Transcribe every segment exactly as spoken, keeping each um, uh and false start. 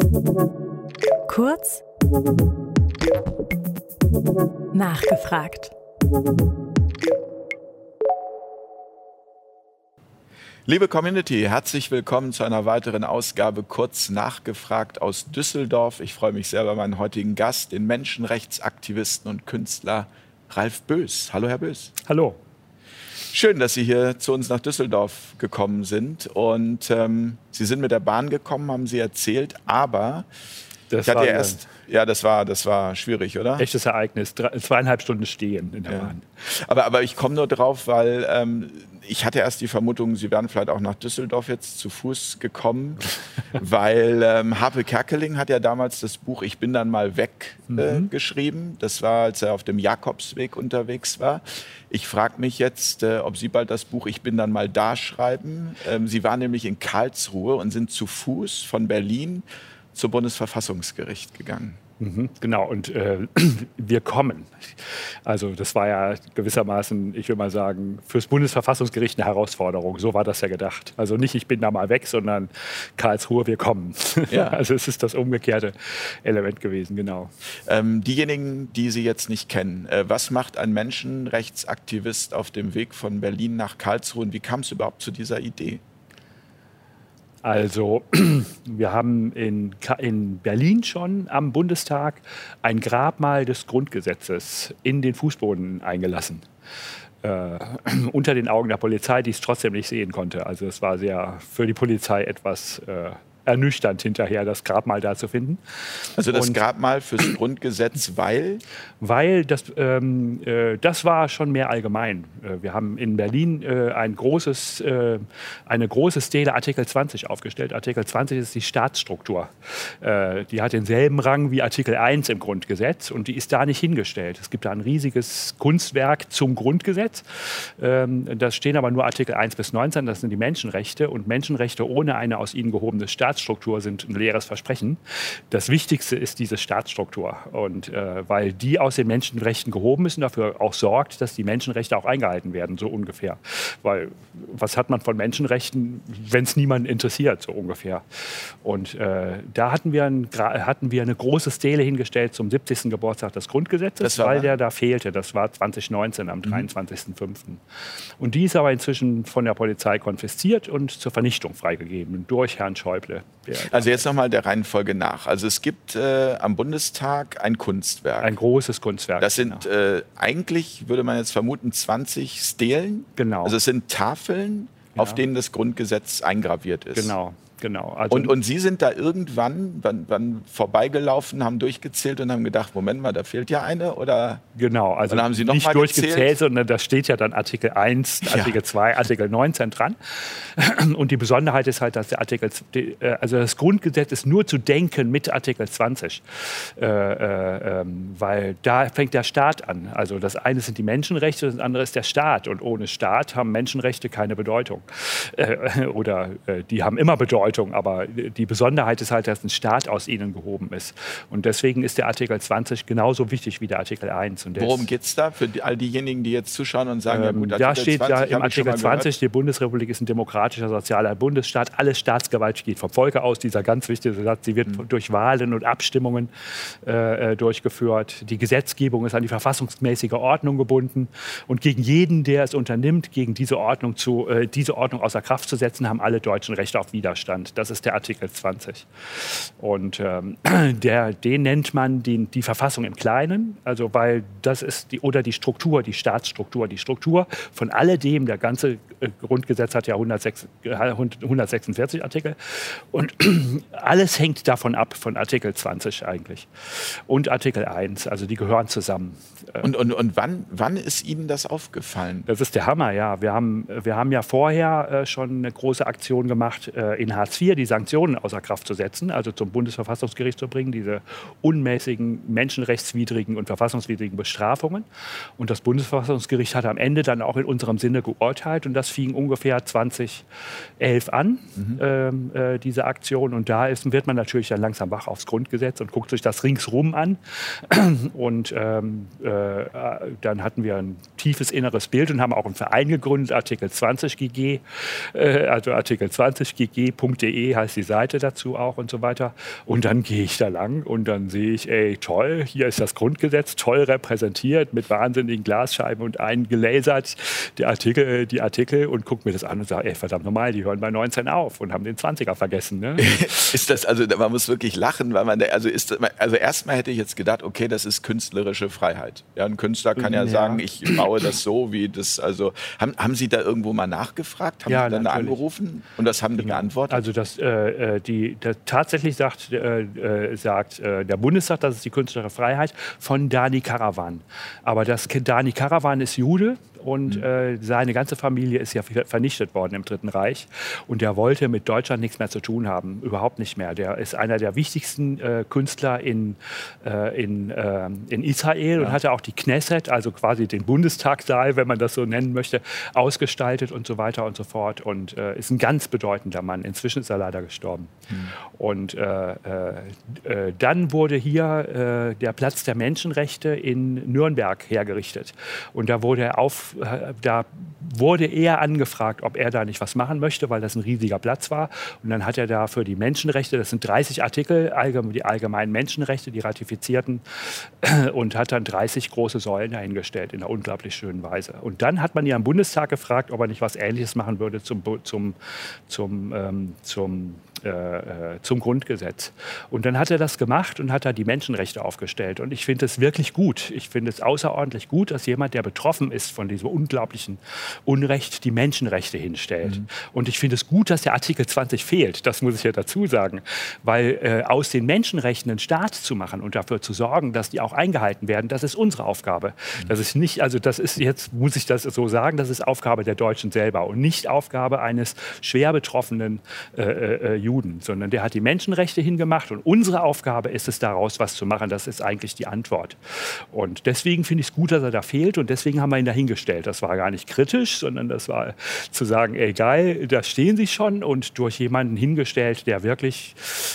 Kurz nachgefragt. Liebe Community, herzlich willkommen zu einer weiteren Ausgabe Kurz nachgefragt aus Düsseldorf. Ich freue mich sehr über meinen heutigen Gast, den Menschenrechtsaktivisten und Künstler Ralf Boes. Hallo, Herr Boes. Hallo. Schön, dass Sie hier zu uns nach Düsseldorf gekommen sind. Und ähm, Sie sind mit der Bahn gekommen, haben Sie erzählt, aber Das ich hatte war ja erst, ja, das war, das war schwierig, oder? ein echtes Ereignis. Drei, zweieinhalb Stunden stehen in der Ja. Bahn. Aber, aber ich komme nur drauf, weil ähm, ich hatte erst die Vermutung, Sie wären vielleicht auch nach Düsseldorf jetzt zu Fuß gekommen, weil ähm, Harpe Kerkeling hat ja damals das Buch Ich bin dann mal weg äh, Mhm. geschrieben. Das war, als er auf dem Jakobsweg unterwegs war. Ich frage mich jetzt, äh, ob Sie bald das Buch Ich bin dann mal da schreiben. Ähm, Sie waren nämlich in Karlsruhe und sind zu Fuß von Berlin zum Bundesverfassungsgericht gegangen. Mhm, genau, und äh, wir kommen. Also das war ja gewissermaßen, ich will mal sagen, fürs Bundesverfassungsgericht eine Herausforderung. So war das ja gedacht. Also nicht, ich bin da mal weg, sondern Karlsruhe, wir kommen. Ja. Also es ist das umgekehrte Element gewesen, genau. Ähm, diejenigen, die Sie jetzt nicht kennen, äh, was macht ein Menschenrechtsaktivist auf dem Weg von Berlin nach Karlsruhe und wie kam es überhaupt zu dieser Idee? Also wir haben in, Ka- in Berlin schon am Bundestag ein Grabmal des Grundgesetzes in den Fußboden eingelassen. Äh, unter den Augen der Polizei, die es trotzdem nicht sehen konnte. Also es war sehr für die Polizei etwas äh, ernüchternd hinterher, das Grabmal da zu finden. Also das Und- Grabmal fürs Grundgesetz, weil Weil das, ähm, äh, das war schon mehr allgemein. Äh, wir haben in Berlin äh, ein großes, äh, eine große Stele Artikel zwanzig aufgestellt. Artikel zwanzig ist die Staatsstruktur. Äh, die hat denselben Rang wie Artikel eins im Grundgesetz und die ist da nicht hingestellt. Es gibt da ein riesiges Kunstwerk zum Grundgesetz. Ähm, da stehen aber nur Artikel eins bis neunzehn, das sind die Menschenrechte. Und Menschenrechte ohne eine aus ihnen gehobene Staatsstruktur sind ein leeres Versprechen. Das Wichtigste ist diese Staatsstruktur. Und äh, weil die aus den Menschenrechten gehoben ist und dafür auch sorgt, dass die Menschenrechte auch eingehalten werden, so ungefähr. Weil was hat man von Menschenrechten, wenn es niemanden interessiert, so ungefähr. Und äh, da hatten wir, ein, gra- hatten wir eine große Stele hingestellt zum siebzigsten Geburtstag des Grundgesetzes, Das war weil wann? der da fehlte. Das war zwanzig neunzehn am dreiundzwanzigsten fünften Und die ist aber inzwischen von der Polizei konfisziert und zur Vernichtung freigegeben durch Herrn Schäuble. Der Also jetzt nochmal der Reihenfolge nach. Also es gibt äh, am Bundestag ein Kunstwerk. ein großes Kunstwerk. Das sind genau. äh, eigentlich, würde man jetzt vermuten, zwanzig Stelen. Genau. Also es sind Tafeln, auf Ja. denen das Grundgesetz eingraviert ist. Genau, genau. Also Und, und Sie sind da irgendwann wann, wann vorbeigelaufen, haben durchgezählt und haben gedacht, Moment mal, da fehlt ja eine? Oder? Genau, also Und dann haben Sie noch nicht mal durchgezählt, gezählt? sondern da steht ja dann Artikel eins, Ja. Artikel zwei, Artikel neunzehn dran. Und die Besonderheit ist halt, dass der Artikel, die, äh, also das Grundgesetz ist nur zu denken mit Artikel zwanzig, äh, äh, ähm, weil da fängt der Staat an. Also das eine sind die Menschenrechte, das andere ist der Staat. Und ohne Staat haben Menschenrechte keine Bedeutung. Äh, oder äh, die haben immer Bedeutung, aber die Besonderheit ist halt, dass ein Staat aus ihnen gehoben ist. Und deswegen ist der Artikel zwanzig genauso wichtig wie der Artikel eins. Und der Worum ist- geht es da für die, all diejenigen, die jetzt zuschauen und sagen, ja ähm, gut, da steht ja hab im ich schon Artikel mal zwanzig, die Bundesrepublik ist ein demokratischer, sozialer Bundesstaat. Alle Staatsgewalt geht vom Volke aus. Dieser ganz wichtige Satz, sie wird Mhm. durch Wahlen und Abstimmungen äh, äh, durchgeführt. Die Gesetzgebung ist an die verfassungsmäßige Ordnung gebunden. Und gegen jeden, der es unternimmt, gegen diese Ordnung, zu, äh, diese Ordnung außer Kraft zu setzen, haben alle Deutschen Rechte auf Widerstand. Das ist der Artikel zwanzig. Und ähm, der, den nennt man den, die Verfassung im Kleinen, also weil das ist die, oder die Struktur, die Staatsstruktur, die Struktur von alledem, der ganze äh, Grundgesetz hat ja hundertsechs, äh, hundertsechsundvierzig Artikel und alles hängt davon ab, von Artikel zwanzig eigentlich und Artikel eins, also die gehören zusammen. Äh, Und, und, und wann, wann ist Ihnen das aufgefallen? Das ist der Hammer, ja. Wir haben, wir haben ja vorher äh, schon eine große Aktion gemacht, äh, in Hartz vier die Sanktionen außer Kraft zu setzen, also zum Bundesverfassungsgericht zu bringen, diese unmäßigen, menschenrechtswidrigen und verfassungswidrigen Bestrafungen. Und das Bundesverfassungsgericht hat am Ende dann auch in unserem Sinne geurteilt. Und das fing ungefähr zwanzig elf an, Mhm. ähm, äh, diese Aktion. Und da ist, wird man natürlich dann langsam wach aufs Grundgesetz und guckt sich das ringsrum an. Und ähm, äh, dann hatten wir ein tiefes inneres Bild und haben auch einen Verein gegründet, Artikel zwanzig G G, äh, also Artikel zwanzig G G punkt de heißt die Seite dazu auch und so weiter. Und dann gehe ich da lang und dann sehe ich, ey, toll, hier ist das Grundgesetz, toll repräsentiert mit wahnsinnigen Glasscheiben und eingelasert die Artikel, die Artikel und gucke mir das an und sage, ey, verdammt normal, die hören bei neunzehn auf und haben den zwanziger vergessen. Ne? Ist das, also man muss wirklich lachen, weil man, also ist, also erstmal hätte ich jetzt gedacht, okay, das ist künstlerische Freiheit. Ja, ein Künstler kann ja, ja sagen, ich baue das so, wie das, also, haben, haben Sie da irgendwo mal nachgefragt? Haben ja, Sie dann da angerufen und das haben die genau. geantwortet? Also das, äh, die, das tatsächlich sagt, äh, sagt äh, der Bundestag, das ist die künstlerische Freiheit von Dani Karavan. Aber das Dani Karavan ist Jude. Und mhm. äh, seine ganze Familie ist ja vernichtet worden im Dritten Reich. Und der wollte mit Deutschland nichts mehr zu tun haben. Überhaupt nicht mehr. Der ist einer der wichtigsten äh, Künstler in, äh, in, äh, in Israel ja. und hatte auch die Knesset, also quasi den Bundestagssaal, wenn man das so nennen möchte, ausgestaltet und so weiter und so fort. Und äh, ist ein ganz bedeutender Mann. Inzwischen ist er leider gestorben. Mhm. Und äh, äh, dann wurde hier äh, der Platz der Menschenrechte in Nürnberg hergerichtet. Und da wurde er auf Da wurde er angefragt, ob er da nicht was machen möchte, weil das ein riesiger Platz war. Und dann hat er da für die Menschenrechte, das sind dreißig Artikel, die allgemeinen Menschenrechte, die ratifizierten, und hat dann dreißig große Säulen dahingestellt in einer unglaublich schönen Weise. Und dann hat man ja im Bundestag gefragt, ob er nicht was Ähnliches machen würde zum, zum, zum, ähm, zum Äh, zum Grundgesetz. Und dann hat er das gemacht und hat da die Menschenrechte aufgestellt. Und ich finde es wirklich gut. Ich finde es außerordentlich gut, dass jemand, der betroffen ist von diesem unglaublichen Unrecht, die Menschenrechte hinstellt. Mhm. Und ich finde es gut, dass der Artikel zwanzig fehlt. Das muss ich ja dazu sagen. Weil äh, aus den Menschenrechten einen Staat zu machen und dafür zu sorgen, dass die auch eingehalten werden, das ist unsere Aufgabe. Mhm. Das ist nicht, also das ist jetzt, muss ich das so sagen, das ist Aufgabe der Deutschen selber und nicht Aufgabe eines schwer betroffenen äh, äh, Juden, sondern der hat die Menschenrechte hingemacht und unsere Aufgabe ist es, daraus was zu machen. Das ist eigentlich die Antwort. Und deswegen finde ich es gut, dass er da fehlt und deswegen haben wir ihn da hingestellt. Das war gar nicht kritisch, sondern das war zu sagen, ey geil, da stehen sie schon und durch jemanden hingestellt, der wirklich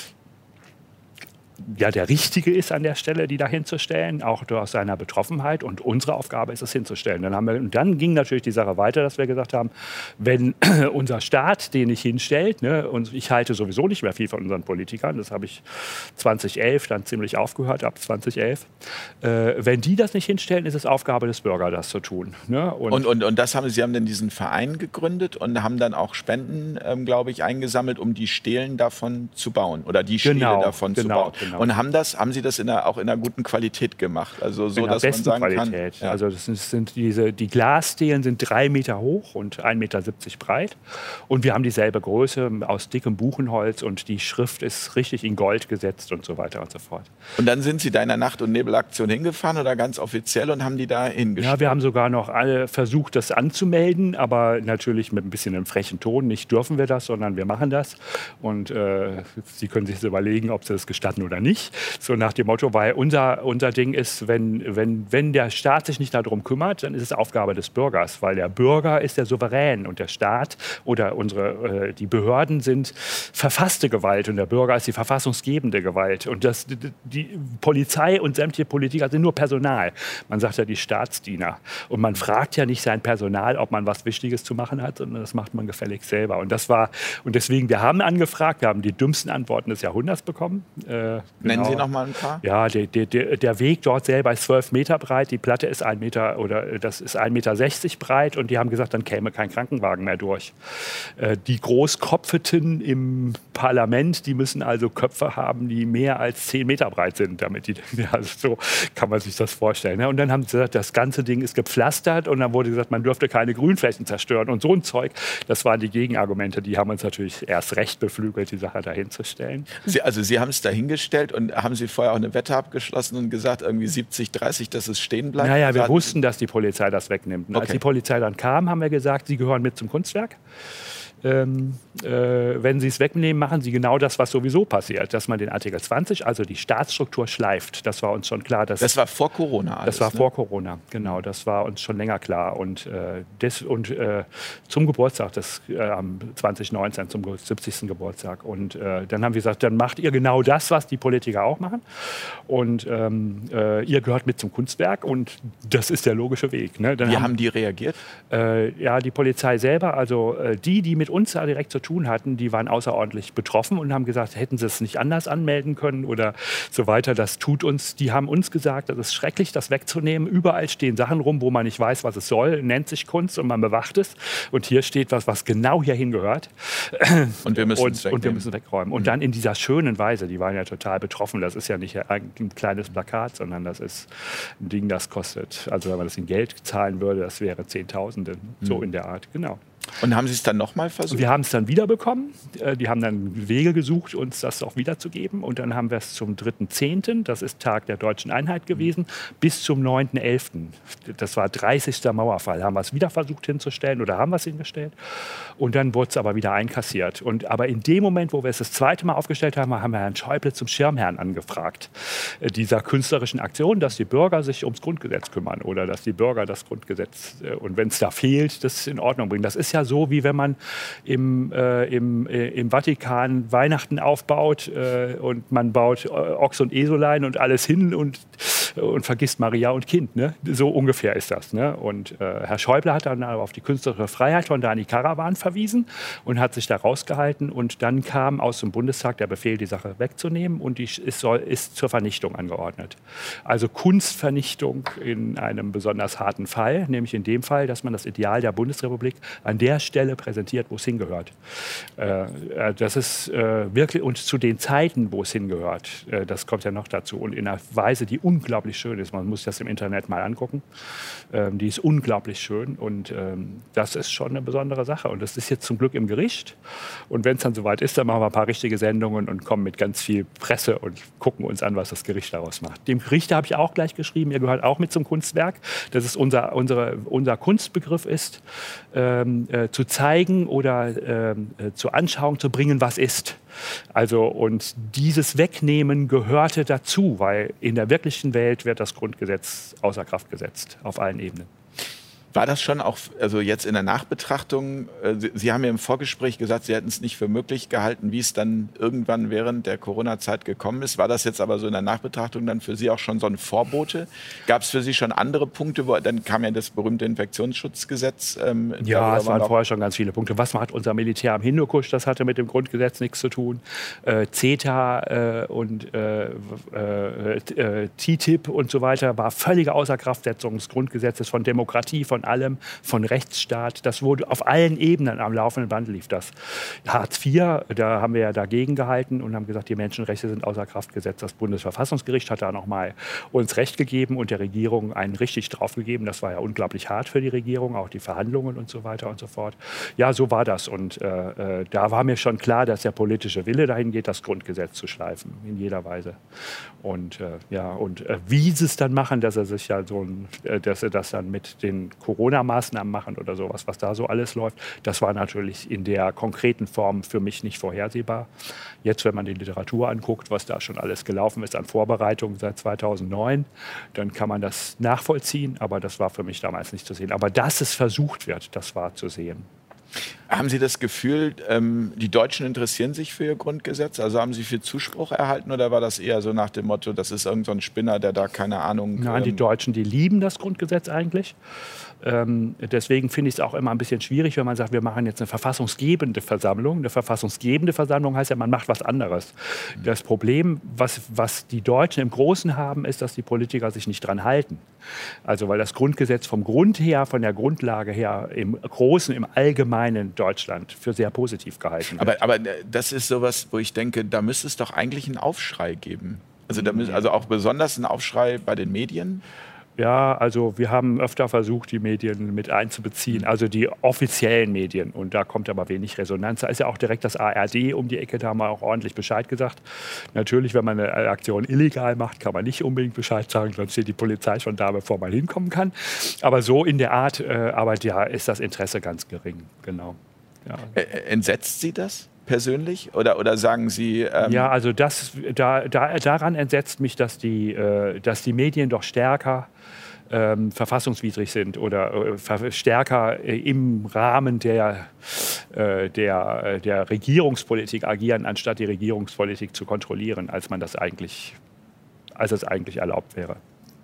ja, der Richtige ist an der Stelle, die da hinzustellen, auch aus seiner Betroffenheit. Und unsere Aufgabe ist es hinzustellen. Dann haben wir, und dann ging natürlich die Sache weiter, dass wir gesagt haben, wenn unser Staat den nicht hinstellt, ne, und ich halte sowieso nicht mehr viel von unseren Politikern, das habe ich zweitausendelf dann ziemlich aufgehört, ab zweitausendelf, äh, wenn die das nicht hinstellen, ist es Aufgabe des Bürgers, das zu tun. Ne? Und, und, und, und das haben Sie haben dann diesen Verein gegründet und haben dann auch Spenden, ähm, glaube ich, eingesammelt, um die Stelen davon zu bauen oder die Stele genau, davon genau, zu bauen. Genau. Und haben das, haben Sie das in einer, auch in einer guten Qualität gemacht? Also so, in der dass man besten sagen Qualität. kann. Ja. Also das sind, sind diese, die Glasstelen sind drei Meter hoch und ein Meter siebzig breit. Und wir haben dieselbe Größe aus dickem Buchenholz und die Schrift ist richtig in Gold gesetzt und so weiter und so fort. Und dann sind Sie da in der Nacht- und Nebelaktion hingefahren oder ganz offiziell und haben die da hingestellt? Ja, wir haben sogar noch alle versucht, das anzumelden, aber natürlich mit ein bisschen einem frechen Ton. Nicht dürfen wir das, sondern wir machen das. Und äh, Sie können sich überlegen, ob Sie das gestatten oder nicht. So nach dem Motto, weil unser, unser Ding ist, wenn, wenn, wenn der Staat sich nicht darum kümmert, dann ist es Aufgabe des Bürgers, weil der Bürger ist der Souverän und der Staat oder unsere, äh, die Behörden sind verfasste Gewalt und der Bürger ist die verfassungsgebende Gewalt. Und das, die, die Polizei und sämtliche Politiker sind nur Personal. Man sagt ja die Staatsdiener. Und man fragt ja nicht sein Personal, ob man was Wichtiges zu machen hat, sondern das macht man gefälligst selber. Und das war, und deswegen, wir haben angefragt, wir haben die dümmsten Antworten des Jahrhunderts bekommen. Äh, Nennen genau. Sie noch mal ein paar? Ja, der, der, der Weg dort selber ist zwölf Meter breit, die Platte ist ein Meter oder das ist ein Meter sechzig breit und die haben gesagt, dann käme kein Krankenwagen mehr durch. Äh, die Großkopfeten im Parlament, die müssen also Köpfe haben, die mehr als zehn Meter breit sind, damit die, ja, also so kann man sich das vorstellen. Ne? Und dann haben sie gesagt, das ganze Ding ist gepflastert und dann wurde gesagt, man dürfte keine Grünflächen zerstören und so ein Zeug. Das waren die Gegenargumente, die haben uns natürlich erst recht beflügelt, die Sache dahinzustellen. Sie, also Sie haben es dahingestellt und haben Sie vorher auch eine Wette abgeschlossen und gesagt, irgendwie siebzig, dreißig, dass es stehen bleibt? Naja, wir Oder? wussten, dass die Polizei das wegnimmt. Und Okay. als die Polizei dann kam, haben wir gesagt, sie gehören mit zum Kunstwerk. Ähm, äh, wenn sie es wegnehmen, machen sie genau das, was sowieso passiert, dass man den Artikel zwanzig, also die Staatsstruktur, schleift. Das war uns schon klar. Dass, Das war vor Corona alles, Das war ne? vor Corona, genau. Das war uns schon länger klar. Und, äh, des, und äh, zum Geburtstag, das, äh, am zwanzig neunzehn, zum siebzigsten Geburtstag. Und äh, dann haben wir gesagt, dann macht ihr genau das, was die Politiker auch machen. Und ähm, äh, ihr gehört mit zum Kunstwerk. Und das ist der logische Weg. Ne? Dann Wie haben, haben die reagiert? äh, ja, die Polizei selber, also äh, die, die mit mit uns da direkt zu tun hatten, die waren außerordentlich betroffen und haben gesagt, hätten sie es nicht anders anmelden können oder so weiter. Das tut uns, die haben uns gesagt, das ist schrecklich, das wegzunehmen. Überall stehen Sachen rum, wo man nicht weiß, was es soll, nennt sich Kunst und man bewacht es. Und hier steht was, was genau hierhin gehört. Und wir müssen und, es wegnehmen. Und wir müssen wegräumen. Und Mhm. dann in dieser schönen Weise, die waren ja total betroffen. Das ist ja nicht ein kleines Plakat, sondern das ist ein Ding, das kostet, also wenn man das in Geld zahlen würde, das wäre Zehntausende, mhm. so in der Art, genau. Und haben Sie es dann nochmal versucht? Wir haben es dann wiederbekommen. Die haben dann Wege gesucht, uns das auch wiederzugeben. Und dann haben wir es zum dritten zehnten, das ist Tag der Deutschen Einheit gewesen, bis zum neunten elften Das war dreißigster Mauerfall. Haben wir es wieder versucht hinzustellen oder haben wir es hingestellt. Und dann wurde es aber wieder einkassiert. Und, aber in dem Moment, wo wir es das zweite Mal aufgestellt haben, haben wir Herrn Schäuble zum Schirmherrn angefragt. Äh, dieser künstlerischen Aktion, dass die Bürger sich ums Grundgesetz kümmern oder dass die Bürger das Grundgesetz, äh, und wenn es da fehlt, das in Ordnung bringen. Das ist ja so, wie wenn man im, äh, im, äh, im Vatikan Weihnachten aufbaut äh, und man baut äh, Ochs und Eselein und alles hin und, äh, und vergisst Maria und Kind. Ne? So ungefähr ist das. Ne? Und äh, Herr Schäuble hat dann auf die künstlerische Freiheit von Dani Karawan verwiesen und hat sich da rausgehalten. Und dann kam aus dem Bundestag der Befehl, die Sache wegzunehmen und die ist, soll, ist zur Vernichtung angeordnet. Also Kunstvernichtung in einem besonders harten Fall, nämlich in dem Fall, dass man das Ideal der Bundesrepublik an der Stelle präsentiert, wo es hingehört. Äh, das ist äh, wirklich, und zu den Zeiten, wo es hingehört, äh, das kommt ja noch dazu. Und in einer Weise, die unglaublich schön ist. Man muss das im Internet mal angucken. Ähm, die ist unglaublich schön und ähm, das ist schon eine besondere Sache. Und das ist jetzt zum Glück im Gericht. Und wenn es dann soweit ist, dann machen wir ein paar richtige Sendungen und kommen mit ganz viel Presse und gucken uns an, was das Gericht daraus macht. Dem Richter habe ich auch gleich geschrieben, er gehört auch mit zum Kunstwerk, dass es unser, unsere, unser Kunstbegriff ist, ähm, äh, zu zeigen oder ähm, äh, zur Anschauung zu bringen, was ist. Also, und dieses Wegnehmen gehörte dazu, weil in der wirklichen Welt wird das Grundgesetz außer Kraft gesetzt, auf allen Ebenen. War das schon auch, also jetzt in der Nachbetrachtung, äh, Sie, Sie haben ja im Vorgespräch gesagt, Sie hätten es nicht für möglich gehalten, wie es dann irgendwann während der Corona-Zeit gekommen ist. War das jetzt aber so in der Nachbetrachtung dann für Sie auch schon so ein Vorbote? Gab es für Sie schon andere Punkte, wo dann kam ja das berühmte Infektionsschutzgesetz? Ähm, ja, es waren vorher schon ganz viele Punkte. Was macht unser Militär am Hindukusch? Das hatte mit dem Grundgesetz nichts zu tun. Äh, CETA äh, und äh, äh, äh, T T I P und so weiter war völlige Außerkraftsetzung des Grundgesetzes, von Demokratie, von allem, von Rechtsstaat. Das wurde auf allen Ebenen am laufenden Band lief das. Hartz vier, da haben wir ja dagegen gehalten und haben gesagt, die Menschenrechte sind außer Kraft gesetzt. Das Bundesverfassungsgericht hat da noch mal uns Recht gegeben und der Regierung einen richtig drauf gegeben. Das war ja unglaublich hart für die Regierung, auch die Verhandlungen und so weiter und so fort. Ja, so war das. Und äh, äh, da war mir schon klar, dass der politische Wille dahin geht, das Grundgesetz zu schleifen, in jeder Weise. Und äh, ja, und äh, wie sie es dann machen, dass er sich ja so ein, äh, dass er das dann mit den Corona-Maßnahmen machen oder sowas, was da so alles läuft, das war natürlich in der konkreten Form für mich nicht vorhersehbar. Jetzt, wenn man die Literatur anguckt, was da schon alles gelaufen ist an Vorbereitungen seit zweitausendneun, dann kann man das nachvollziehen, aber das war für mich damals nicht zu sehen. Aber dass es versucht wird, das war zu sehen. Haben Sie das Gefühl, ähm, die Deutschen interessieren sich für Ihr Grundgesetz? Also haben Sie viel Zuspruch erhalten oder war das eher so nach dem Motto, das ist irgend so ein Spinner, der da keine Ahnung... Nein, die ähm Deutschen, die lieben das Grundgesetz eigentlich. Ähm, deswegen finde ich es auch immer ein bisschen schwierig, wenn man sagt, wir machen jetzt eine verfassungsgebende Versammlung. Eine verfassungsgebende Versammlung heißt ja, man macht was anderes. Das Problem, was, was die Deutschen im Großen haben, ist, dass die Politiker sich nicht dran halten. Also weil das Grundgesetz vom Grund her, von der Grundlage her im Großen, im Allgemeinen Deutschland für sehr positiv gehalten wird. Aber, aber das ist sowas, wo ich denke, da müsste es doch eigentlich einen Aufschrei geben. Also, da müß, also auch besonders einen Aufschrei bei den Medien. Ja, also wir haben öfter versucht, die Medien mit einzubeziehen, also die offiziellen Medien. Und da kommt aber wenig Resonanz. Da ist ja auch direkt das A R D um die Ecke, da haben wir auch ordentlich Bescheid gesagt. Natürlich, wenn man eine Aktion illegal macht, kann man nicht unbedingt Bescheid sagen, sonst steht die Polizei schon da, bevor man hinkommen kann. Aber so in der Art, äh, aber ja, ist das Interesse ganz gering, genau. Ja. Entsetzt Sie das persönlich? Oder, oder sagen Sie... Ähm ja, also das, da, da, daran entsetzt mich, dass die, äh, dass die Medien doch stärker ähm, verfassungswidrig sind oder äh, stärker äh, im Rahmen der, äh, der, der Regierungspolitik agieren, anstatt die Regierungspolitik zu kontrollieren, als man das eigentlich, als es eigentlich erlaubt wäre.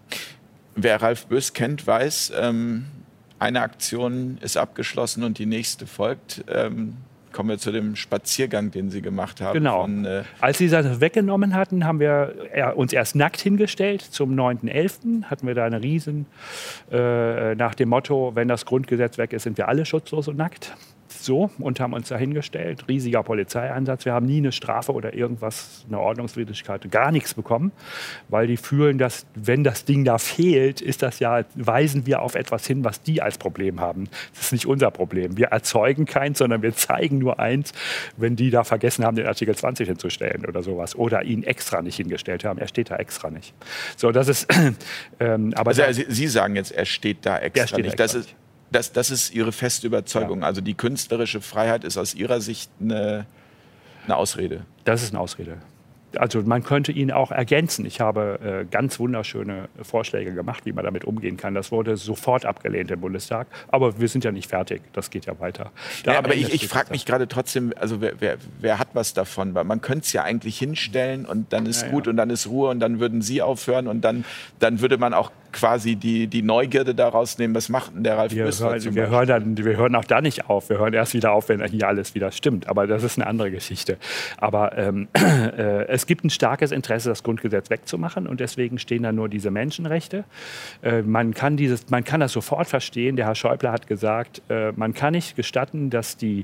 Wer Ralf Böß kennt, weiß, ähm, eine Aktion ist abgeschlossen und die nächste folgt. Ähm, kommen wir zu dem Spaziergang, den Sie gemacht haben. Genau. Von, äh Als Sie das weggenommen hatten, haben wir uns erst nackt hingestellt. Zum neunten elften hatten wir da eine Riesen, äh, nach dem Motto, wenn das Grundgesetz weg ist, sind wir alle schutzlos und nackt. So, und haben uns da hingestellt. Riesiger Polizeieinsatz. Wir haben nie eine Strafe oder irgendwas, eine Ordnungswidrigkeit, gar nichts bekommen, weil die fühlen, dass, wenn das Ding da fehlt, ist das ja, weisen wir auf etwas hin, was die als Problem haben. Das ist nicht unser Problem. Wir erzeugen keins, sondern wir zeigen nur eins, wenn die da vergessen haben, den Artikel zwanzig hinzustellen oder sowas. Oder ihn extra nicht hingestellt haben. Er steht da extra nicht. So, das ist, ähm, aber also, da, also Sie sagen jetzt, er steht da extra steht nicht. Da Das extra ist nicht. Das, das ist Ihre feste Überzeugung. Ja. Also die künstlerische Freiheit ist aus Ihrer Sicht eine, eine Ausrede. Das ist eine Ausrede. Also man könnte ihn auch ergänzen. Ich habe äh, ganz wunderschöne Vorschläge gemacht, wie man damit umgehen kann. Das wurde sofort abgelehnt im Bundestag. Aber wir sind ja nicht fertig. Das geht ja weiter. Ja, aber ich, ich frage mich gerade trotzdem, also wer, wer, wer hat was davon? Weil man könnte es ja eigentlich hinstellen und dann ist ja, gut ja. und dann ist Ruhe und dann würden Sie aufhören und dann, dann würde man auch quasi die, die Neugierde daraus nehmen. Was macht denn der Ralf wir Brüssler hören, zum wir, Beispiel? hören dann, wir hören auch da nicht auf. Wir hören erst wieder auf, wenn hier alles wieder stimmt. Aber das ist eine andere Geschichte. Aber ähm, äh, es gibt ein starkes Interesse, das Grundgesetz wegzumachen. Und deswegen stehen da nur diese Menschenrechte. Äh, man, kann dieses, man kann das sofort verstehen. Der Herr Schäuble hat gesagt, äh, man kann nicht gestatten, dass, die,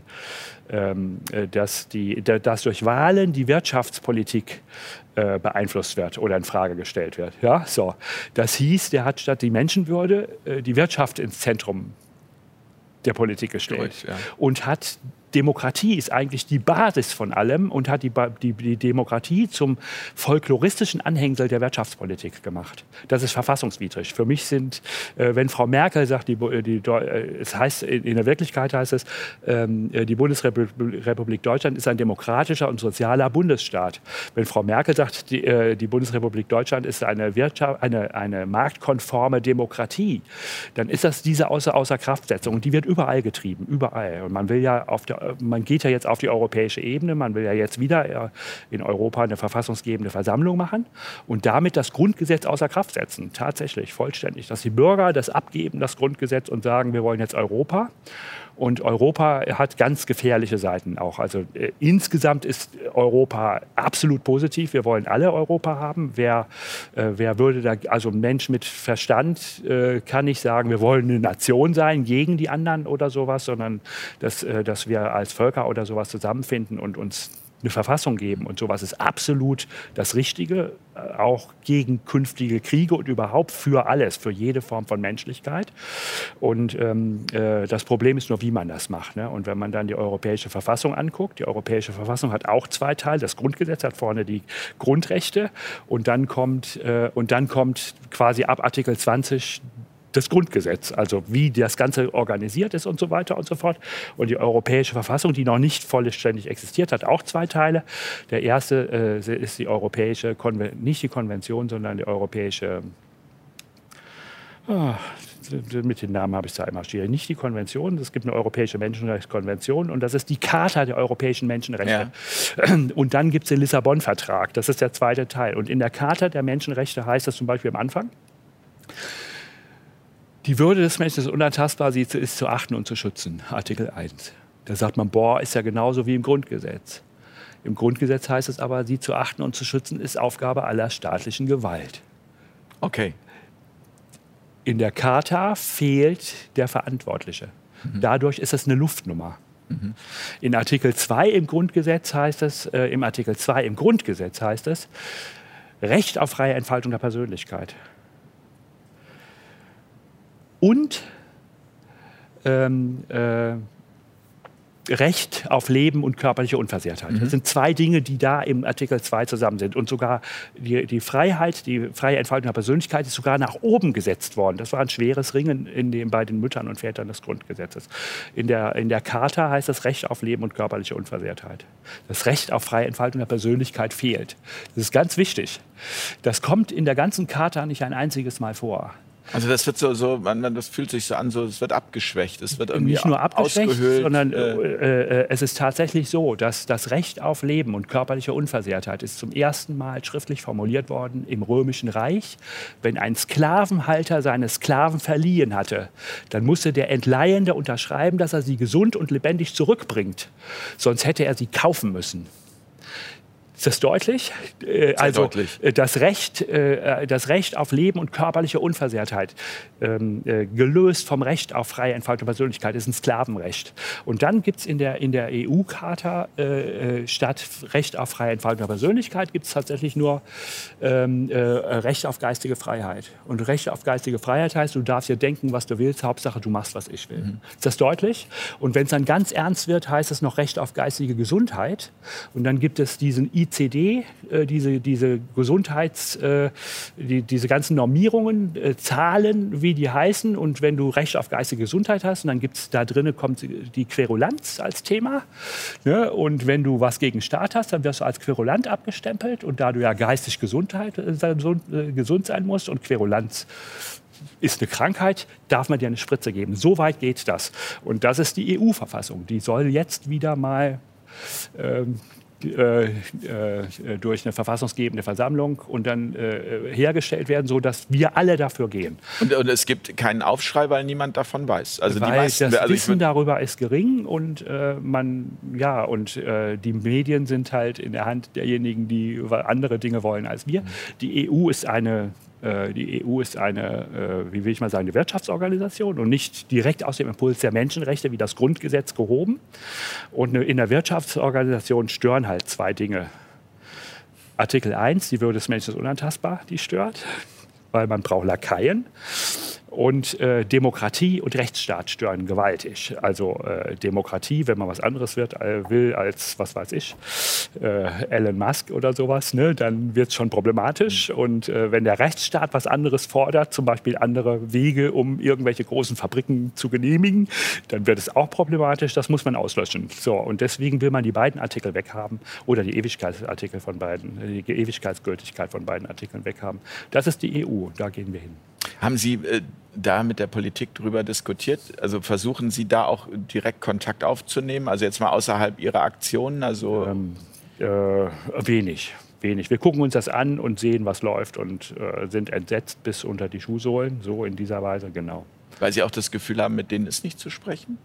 ähm, dass, die, dass durch Wahlen die Wirtschaftspolitik äh, beeinflusst wird oder in Frage gestellt wird. Ja, so. Das hieß, der hat statt die Menschenwürde äh, die Wirtschaft ins Zentrum der Politik gestellt. Korrekt, ja. Und hat Demokratie ist eigentlich die Basis von allem und hat die, die, die Demokratie zum folkloristischen Anhängsel der Wirtschaftspolitik gemacht. Das ist verfassungswidrig. Für mich sind, äh, wenn Frau Merkel sagt, die, die, äh, es heißt, in, in der Wirklichkeit heißt es, ähm, die Bundesrepublik Deutschland ist ein demokratischer und sozialer Bundesstaat. Wenn Frau Merkel sagt, die, äh, die Bundesrepublik Deutschland ist eine, Wirtschaft, eine, eine marktkonforme Demokratie, dann ist das diese außer, Außerkraftsetzung. Und die wird überall getrieben, überall. Und man will ja auf der Man geht ja jetzt auf die europäische Ebene, man will ja jetzt wieder in Europa eine verfassungsgebende Versammlung machen und damit das Grundgesetz außer Kraft setzen, tatsächlich, vollständig. Dass die Bürger das abgeben, das Grundgesetz, und sagen, wir wollen jetzt Europa. Und Europa hat ganz gefährliche Seiten auch. Also äh, insgesamt ist Europa absolut positiv. Wir wollen alle Europa haben. Wer, äh, wer würde da, also ein Mensch mit Verstand äh, kann nicht sagen, wir wollen eine Nation sein gegen die anderen oder sowas, sondern dass, äh, dass wir als Völker oder sowas zusammenfinden und uns eine Verfassung geben und sowas ist absolut das Richtige, auch gegen künftige Kriege und überhaupt für alles, für jede Form von Menschlichkeit. Und ähm, äh, das Problem ist nur, wie man das macht. Ne? Und wenn man dann die Europäische Verfassung anguckt, die Europäische Verfassung hat auch zwei Teile. Das Grundgesetz hat vorne die Grundrechte und dann kommt, äh, und dann kommt quasi ab Artikel zwanzig das Grundgesetz, also wie das Ganze organisiert ist und so weiter und so fort. Und die Europäische Verfassung, die noch nicht vollständig existiert, hat auch zwei Teile. Der erste äh, ist die europäische, Konven- nicht die Konvention, sondern die europäische, oh, mit den Namen habe ich es da immer schwierig, nicht die Konvention, es gibt eine europäische Menschenrechtskonvention und das ist die Charta der europäischen Menschenrechte. Ja. Und dann gibt es den Lissabon-Vertrag, das ist der zweite Teil. Und in der Charta der Menschenrechte heißt das zum Beispiel am Anfang, die Würde des Menschen ist unantastbar, sie ist zu achten und zu schützen. Artikel eins. Da sagt man, boah, ist ja genauso wie im Grundgesetz. Im Grundgesetz heißt es aber, sie zu achten und zu schützen ist Aufgabe aller staatlichen Gewalt. Okay. In der Charta fehlt der Verantwortliche. Mhm. Dadurch ist es eine Luftnummer. Mhm. In Artikel zwei im Grundgesetz heißt es, äh, im Artikel zwei im Grundgesetz heißt es, Recht auf freie Entfaltung der Persönlichkeit. Und ähm, äh, Recht auf Leben und körperliche Unversehrtheit. Mhm. Das sind zwei Dinge, die da im Artikel zwei zusammen sind. Und sogar die, die Freiheit, die freie Entfaltung der Persönlichkeit ist sogar nach oben gesetzt worden. Das war ein schweres Ringen in dem, bei den Müttern und Vätern des Grundgesetzes. In der, in der Charta heißt das Recht auf Leben und körperliche Unversehrtheit. Das Recht auf freie Entfaltung der Persönlichkeit fehlt. Das ist ganz wichtig. Das kommt in der ganzen Charta nicht ein einziges Mal vor. Also das wird so, so man, man, das fühlt sich so an, so es wird abgeschwächt, es wird irgendwie nicht nur abgeschwächt, ausgehöhlt, sondern äh, äh, äh, es ist tatsächlich so, dass das Recht auf Leben und körperliche Unversehrtheit ist zum ersten Mal schriftlich formuliert worden im Römischen Reich. Wenn ein Sklavenhalter seine Sklaven verliehen hatte, dann musste der Entleihende unterschreiben, dass er sie gesund und lebendig zurückbringt. Sonst hätte er sie kaufen müssen. Ist das deutlich? Äh, also deutlich. Äh, das Recht, äh, das Recht auf Leben und körperliche Unversehrtheit, ähm, äh, gelöst vom Recht auf freie Entfaltung der Persönlichkeit, ist ein Sklavenrecht. Und dann gibt es in der, in der E U-Charta äh, statt Recht auf freie Entfaltung der Persönlichkeit gibt es tatsächlich nur ähm, äh, Recht auf geistige Freiheit. Und Recht auf geistige Freiheit heißt, du darfst dir denken, was du willst, Hauptsache du machst, was ich will. Mhm. Ist das deutlich? Und wenn es dann ganz ernst wird, heißt es noch Recht auf geistige Gesundheit. Und dann gibt es diesen I C D, äh, diese, diese Gesundheits, äh, die, diese ganzen Normierungen, äh, Zahlen, wie die heißen. Und wenn du Recht auf geistige Gesundheit hast, und dann gibt es da drinnen kommt die Querulanz als Thema. Ne? Und wenn du was gegen Staat hast, dann wirst du als Querulant abgestempelt. Und da du ja geistig Gesundheit, äh, gesund, äh, gesund sein musst und Querulanz ist eine Krankheit, darf man dir eine Spritze geben. So weit geht das. Und das ist die E U-Verfassung. Die soll jetzt wieder mal ähm, Äh, äh, durch eine verfassungsgebende Versammlung und dann äh, hergestellt werden, sodass wir alle dafür gehen. Und, und es gibt keinen Aufschrei, weil niemand davon weiß. Also weil die meisten, das also Wissen darüber ist gering und äh, man ja und äh, die Medien sind halt in der Hand derjenigen, die andere Dinge wollen als wir. Die E U ist eine Die E U ist eine, wie will ich mal sagen, eine Wirtschaftsorganisation und nicht direkt aus dem Impuls der Menschenrechte wie das Grundgesetz gehoben. Und in der Wirtschaftsorganisation stören halt zwei Dinge. Artikel eins, die Würde des Menschen ist unantastbar, die stört, weil man braucht Lakaien. Und äh, Demokratie und Rechtsstaat stören gewaltig. Also äh, Demokratie, wenn man was anderes wird, äh, will als, was weiß ich, äh, Elon Musk oder sowas, ne, dann wird es schon problematisch. Und äh, wenn der Rechtsstaat was anderes fordert, zum Beispiel andere Wege, um irgendwelche großen Fabriken zu genehmigen, dann wird es auch problematisch. Das muss man auslöschen. So, und deswegen will man die beiden Artikel weghaben oder die Ewigkeitsartikel von beiden, die Ewigkeitsgültigkeit von beiden Artikeln weghaben. Das ist die E U, da gehen wir hin. Haben Sie äh, da mit der Politik drüber diskutiert? Also versuchen Sie da auch direkt Kontakt aufzunehmen? Also jetzt mal außerhalb Ihrer Aktionen? Also ähm, äh, wenig, wenig. Wir gucken uns das an und sehen, was läuft und äh, sind entsetzt bis unter die Schuhsohlen. So in dieser Weise, genau. Weil Sie auch das Gefühl haben, mit denen ist nicht zu sprechen?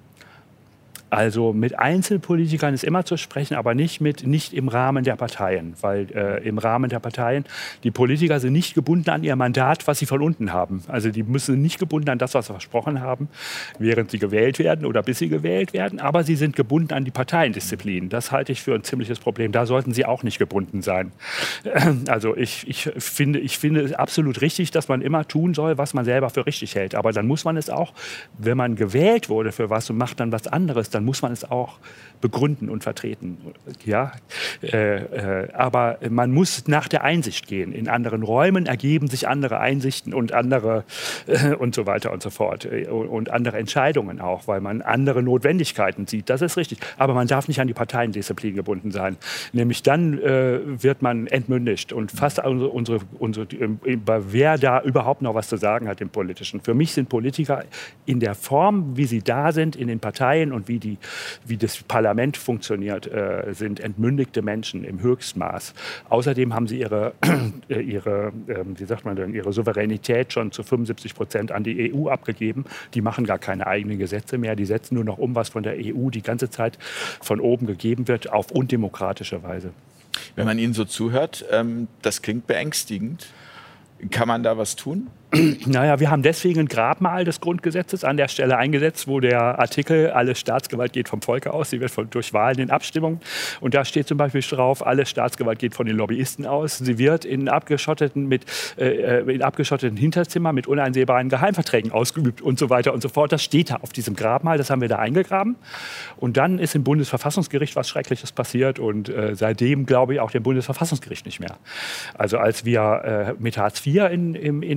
Also mit Einzelpolitikern ist immer zu sprechen, aber nicht, mit, nicht im Rahmen der Parteien. Weil äh, im Rahmen der Parteien, die Politiker sind nicht gebunden an ihr Mandat, was sie von unten haben. Also die müssen nicht gebunden an das, was sie versprochen haben, während sie gewählt werden oder bis sie gewählt werden. Aber sie sind gebunden an die Parteiendisziplin. Das halte ich für ein ziemliches Problem. Da sollten sie auch nicht gebunden sein. Also ich, ich, finde, ich finde es absolut richtig, dass man immer tun soll, was man selber für richtig hält. Aber dann muss man es auch, wenn man gewählt wurde für was und macht dann was anderes, dann muss man es auch begründen und vertreten. Ja? Äh, äh, aber man muss nach der Einsicht gehen. In anderen Räumen ergeben sich andere Einsichten und andere äh, und so weiter und so fort. Und andere Entscheidungen auch, weil man andere Notwendigkeiten sieht. Das ist richtig. Aber man darf nicht an die Parteiendisziplin gebunden sein. Nämlich dann äh, wird man entmündigt. Und fast unsere, unsere, unsere, wer da überhaupt noch was zu sagen hat im Politischen. Für mich sind Politiker in der Form, wie sie da sind, in den Parteien und wie die wie das Parlament funktioniert, äh, sind entmündigte Menschen im Höchstmaß. Außerdem haben sie ihre, äh, ihre, äh, wie sagt man denn, ihre Souveränität schon zu fünfundsiebzig Prozent an die E U abgegeben. Die machen gar keine eigenen Gesetze mehr. Die setzen nur noch um, was von der E U die ganze Zeit von oben gegeben wird, auf undemokratische Weise. Wenn man Ihnen so zuhört, ähm, das klingt beängstigend. Kann man da was tun? Naja, wir haben deswegen ein Grabmal des Grundgesetzes an der Stelle eingesetzt, wo der Artikel, alle Staatsgewalt geht vom Volke aus, sie wird von, durch Wahlen in Abstimmung. Und da steht zum Beispiel drauf, alle Staatsgewalt geht von den Lobbyisten aus. Sie wird in abgeschotteten, mit, äh, in abgeschotteten Hinterzimmern mit uneinsehbaren Geheimverträgen ausgeübt und so weiter und so fort. Das steht da auf diesem Grabmal, das haben wir da eingegraben. Und dann ist im Bundesverfassungsgericht was Schreckliches passiert und äh, seitdem glaube ich auch dem Bundesverfassungsgericht nicht mehr. Also als wir äh, mit Hartz vier in, in, in,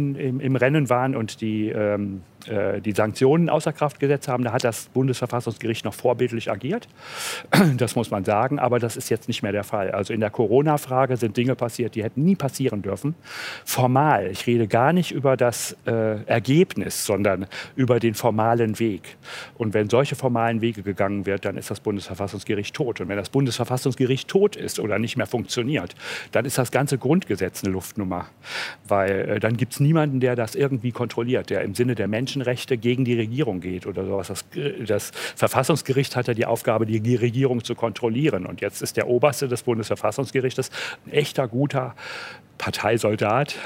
im Rennen waren und die, ähm, äh, die Sanktionen außer Kraft gesetzt haben, da hat das Bundesverfassungsgericht noch vorbildlich agiert. Das muss man sagen, aber das ist jetzt nicht mehr der Fall. Also in der Corona-Frage sind Dinge passiert, die hätten nie passieren dürfen. Formal, ich rede gar nicht über das äh, Ergebnis, sondern über den formalen Weg. Und wenn solche formalen Wege gegangen wird, dann ist das Bundesverfassungsgericht tot. Und wenn das Bundesverfassungsgericht tot ist oder nicht mehr funktioniert, dann ist das ganze Grundgesetz eine Luftnummer. Weil äh, dann gibt es niemanden, der das irgendwie kontrolliert, der im Sinne der Menschenrechte gegen die Regierung geht oder sowas. Das, das Verfassungsgericht hat ja die Aufgabe, die Regierung zu kontrollieren. Und jetzt ist der Oberste des Bundesverfassungsgerichtes ein echter, guter Parteisoldat.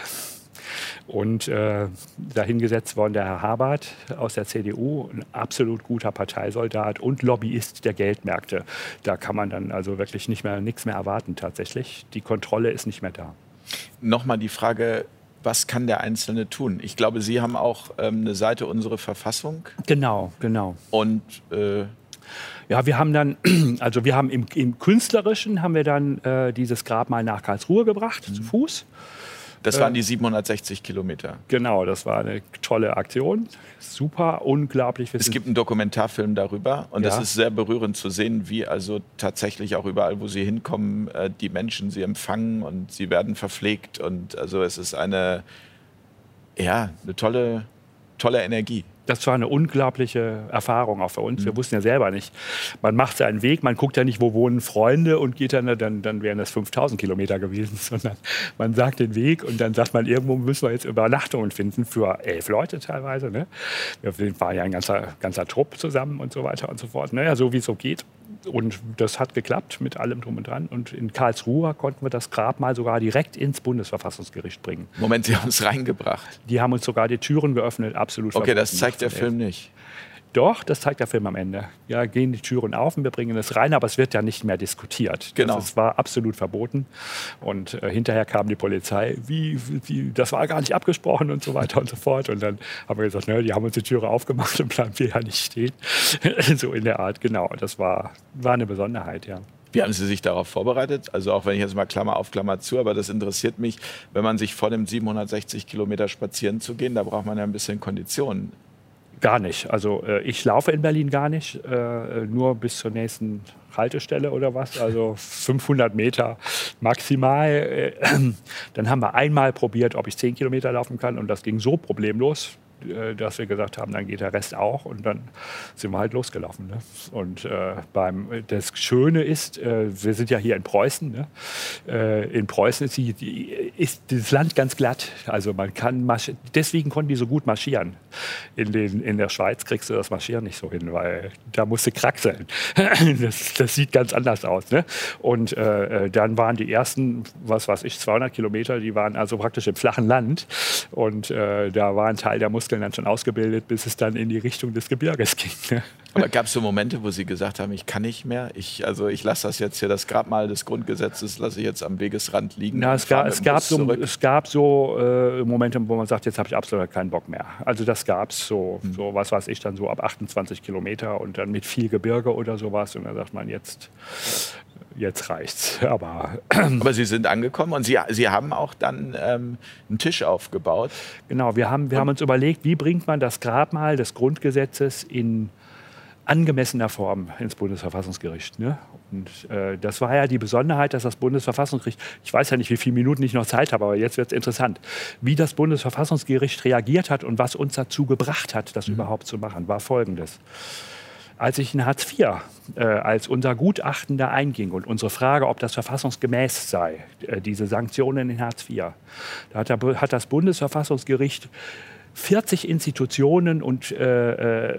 Und äh, dahingesetzt worden der Herr Habert aus der C D U, ein absolut guter Parteisoldat und Lobbyist der Geldmärkte. Da kann man dann also wirklich nicht mehr, nichts mehr erwarten tatsächlich. Die Kontrolle ist nicht mehr da. Nochmal die Frage, was kann der Einzelne tun? Ich glaube, Sie haben auch ähm, eine Seite Unsere Verfassung. Genau, genau. Und äh ja, wir haben dann, also wir haben im, im Künstlerischen haben wir dann äh, dieses Grabmal nach Karlsruhe gebracht, mhm. zu Fuß. Das waren die siebenhundertsechzig Kilometer. Genau, das war eine tolle Aktion. Super, unglaublich. Es gibt einen Dokumentarfilm darüber und ja. das ist sehr berührend zu sehen, wie also tatsächlich auch überall, wo sie hinkommen, die Menschen sie empfangen und sie werden verpflegt. Und also es ist eine, ja, eine tolle, tolle Energie. Das war eine unglaubliche Erfahrung auch für uns. Wir wussten ja selber nicht. Man macht seinen Weg, man guckt ja nicht, wo wohnen Freunde und geht dann, dann, dann wären das fünftausend Kilometer gewesen, sondern man sagt den Weg und dann sagt man, irgendwo müssen wir jetzt Übernachtungen finden für elf Leute teilweise. Ne? Wir waren ja ein ganzer, ganzer Trupp zusammen und so weiter und so fort. Naja, so wie es so geht. Und das hat geklappt mit allem drum und dran. Und in Karlsruhe konnten wir das Grabmal sogar direkt ins Bundesverfassungsgericht bringen. Moment, Sie haben es reingebracht? Die haben uns sogar die Türen geöffnet, absolut. Okay, das zeigt der Film nicht. Doch, das zeigt der Film am Ende. Ja, gehen die Türen auf und wir bringen es rein, aber es wird ja nicht mehr diskutiert. Genau. Es war absolut verboten. Und äh, hinterher kam die Polizei, wie, wie, das war gar nicht abgesprochen und so weiter und so fort. Und dann haben wir gesagt, ne, die haben uns die Türe aufgemacht und bleiben wir ja nicht stehen. So in der Art, genau. Das war, war eine Besonderheit, ja. Wie haben Sie sich darauf vorbereitet? Also auch wenn ich jetzt mal Klammer auf Klammer zu, aber das interessiert mich, wenn man sich vor dem siebenhundertsechzig Kilometer spazieren zu gehen, da braucht man ja ein bisschen Kondition. Gar nicht. Also äh, ich laufe in Berlin gar nicht, äh, nur bis zur nächsten Haltestelle oder was, also fünfhundert Meter maximal. Äh, dann haben wir einmal probiert, ob ich zehn Kilometer laufen kann und das ging so problemlos, äh, dass wir gesagt haben, dann geht der Rest auch und dann sind wir halt losgelaufen. Ne? Und äh, beim, das Schöne ist, äh, wir sind ja hier in Preußen, ne? äh, in Preußen ist, die, die, ist das Land ganz glatt, also man kann marsch- deswegen konnten die so gut marschieren. In, den, in der Schweiz kriegst du das Marschieren nicht so hin, weil da musst du kraxeln. Das, das sieht ganz anders aus. Ne? Und äh, dann waren die ersten, was weiß ich, zweihundert Kilometer, die waren also praktisch im flachen Land. Und äh, da war ein Teil der Muskeln dann schon ausgebildet, bis es dann in die Richtung des Gebirges ging. Ne? Aber gab es so Momente, wo Sie gesagt haben, ich kann nicht mehr? Ich, also ich lasse das jetzt hier, das Grabmal des Grundgesetzes lasse ich jetzt am Wegesrand liegen. Na, es, gab, es, gab so, es gab so äh, Momente, wo man sagt, jetzt habe ich absolut keinen Bock mehr. Also das gab es so, hm. so, was weiß ich, dann so ab achtundzwanzig Kilometer und dann mit viel Gebirge oder sowas. Und dann sagt man, jetzt, jetzt reicht's. Aber, Aber Sie sind angekommen und Sie, Sie haben auch dann ähm, einen Tisch aufgebaut. Genau, wir haben, wir haben uns überlegt, wie bringt man das Grabmal des Grundgesetzes in angemessener Form ins Bundesverfassungsgericht. Ne? Und äh, das war ja die Besonderheit, dass das Bundesverfassungsgericht, ich weiß ja nicht, wie viele Minuten ich noch Zeit habe, aber jetzt wird es interessant, wie das Bundesverfassungsgericht reagiert hat und was uns dazu gebracht hat, das mhm. überhaupt zu machen, war Folgendes. Als ich in Hartz vier, äh, als unser Gutachten da einging und unsere Frage, ob das verfassungsgemäß sei, äh, diese Sanktionen in Hartz vier, da hat, der, hat das Bundesverfassungsgericht vierzig Institutionen und äh,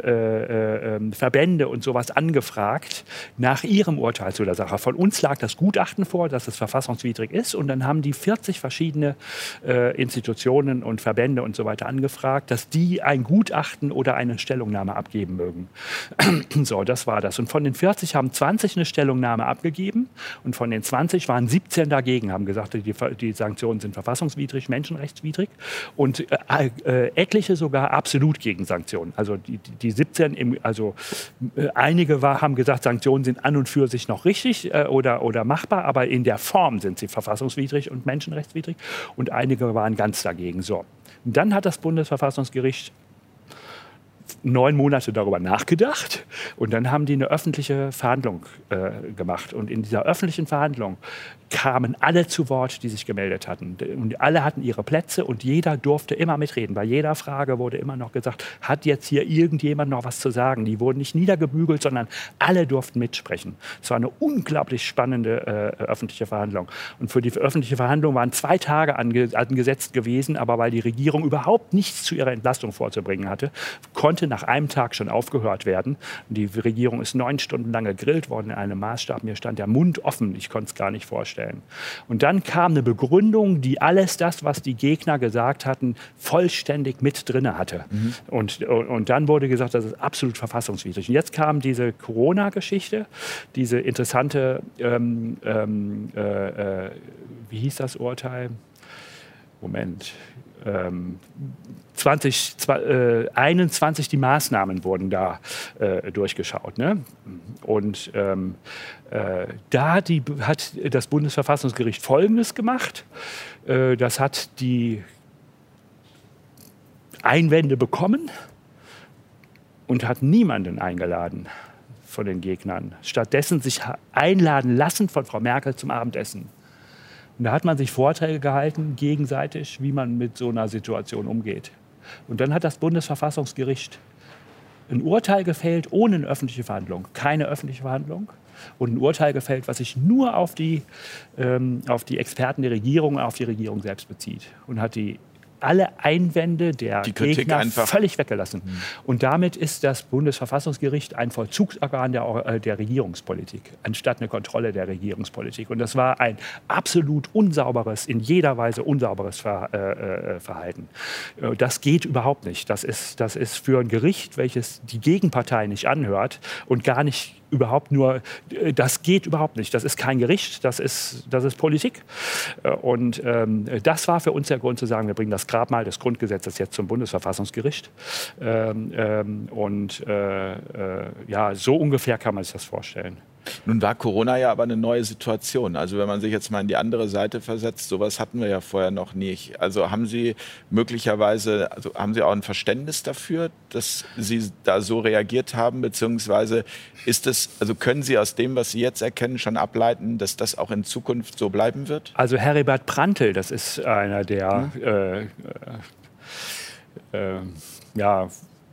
äh, äh, Verbände und sowas angefragt nach ihrem Urteil zu der Sache. Von uns lag das Gutachten vor, dass es verfassungswidrig ist. Und dann haben die vierzig verschiedene äh, Institutionen und Verbände und so weiter angefragt, dass die ein Gutachten oder eine Stellungnahme abgeben mögen. So, das war das. Und von den vierzig haben zwanzig eine Stellungnahme abgegeben. Und von den zwanzig waren siebzehn dagegen, haben gesagt, die, die Sanktionen sind verfassungswidrig, menschenrechtswidrig. Und äh, äh, etliche sogar absolut gegen Sanktionen. Also die, die, die siebzehn, im, also äh, einige war, haben gesagt, Sanktionen sind an und für sich noch richtig äh, oder, oder machbar, aber in der Form sind sie verfassungswidrig und menschenrechtswidrig. Und einige waren ganz dagegen. So. Und dann hat das Bundesverfassungsgericht neun Monate darüber nachgedacht und dann haben die eine öffentliche Verhandlung äh, gemacht. Und in dieser öffentlichen Verhandlung kamen alle zu Wort, die sich gemeldet hatten. Und alle hatten ihre Plätze und jeder durfte immer mitreden. Bei jeder Frage wurde immer noch gesagt, hat jetzt hier irgendjemand noch was zu sagen? Die wurden nicht niedergebügelt, sondern alle durften mitsprechen. Es war eine unglaublich spannende äh, öffentliche Verhandlung. Und für die öffentliche Verhandlung waren zwei Tage ange angesetzt gewesen, aber weil die Regierung überhaupt nichts zu ihrer Entlastung vorzubringen hatte, konnte nach einem Tag schon aufgehört werden. Die Regierung ist neun Stunden lang gegrillt worden in einem Maßstab. Mir stand der Mund offen, ich konnte es gar nicht vorstellen. Und dann kam eine Begründung, die alles das, was die Gegner gesagt hatten, vollständig mit drin hatte. Mhm. Und, und dann wurde gesagt, das ist absolut verfassungswidrig. Und jetzt kam diese Corona-Geschichte, diese interessante, ähm, ähm, äh, äh, wie hieß das Urteil? Moment. Ähm, zwanzig, einundzwanzig die Maßnahmen wurden da äh, durchgeschaut. Ne? Und ähm, äh, da hat, die, hat das Bundesverfassungsgericht Folgendes gemacht. Äh, das hat die Einwände bekommen und hat niemanden eingeladen von den Gegnern. Stattdessen sich einladen lassen von Frau Merkel zum Abendessen. Und da hat man sich Vorträge gehalten, gegenseitig, wie man mit so einer Situation umgeht. Und dann hat das Bundesverfassungsgericht ein Urteil gefällt, ohne eine öffentliche Verhandlung. Keine öffentliche Verhandlung. Und ein Urteil gefällt, was sich nur auf die, ähm, auf die Experten der Regierung, auf die Regierung selbst bezieht. Und hat die alle Einwände der die Kritik Gegner einfach völlig weggelassen. Mhm. Und damit ist das Bundesverfassungsgericht ein Vollzugsorgan der, der Regierungspolitik, anstatt eine Kontrolle der Regierungspolitik. Und das war ein absolut unsauberes, in jeder Weise unsauberes Ver, äh, Verhalten. Das geht überhaupt nicht. Das ist, das ist für ein Gericht, welches die Gegenpartei nicht anhört und gar nicht überhaupt nur, das geht überhaupt nicht. Das ist kein Gericht, das ist, das ist Politik. Und ähm, das war für uns der Grund zu sagen, wir bringen das Grabmal des Grundgesetzes jetzt zum Bundesverfassungsgericht. Ähm, ähm, und äh, äh, ja, so ungefähr kann man sich das vorstellen. Nun war Corona ja aber eine neue Situation. Also wenn man sich jetzt mal in die andere Seite versetzt, sowas hatten wir ja vorher noch nicht. Also haben Sie möglicherweise, also haben Sie auch ein Verständnis dafür, dass Sie da so reagiert haben, beziehungsweise ist es, also können Sie aus dem, was Sie jetzt erkennen, schon ableiten, dass das auch in Zukunft so bleiben wird? Also Heribert Prantl, das ist einer der hm. äh, äh, ja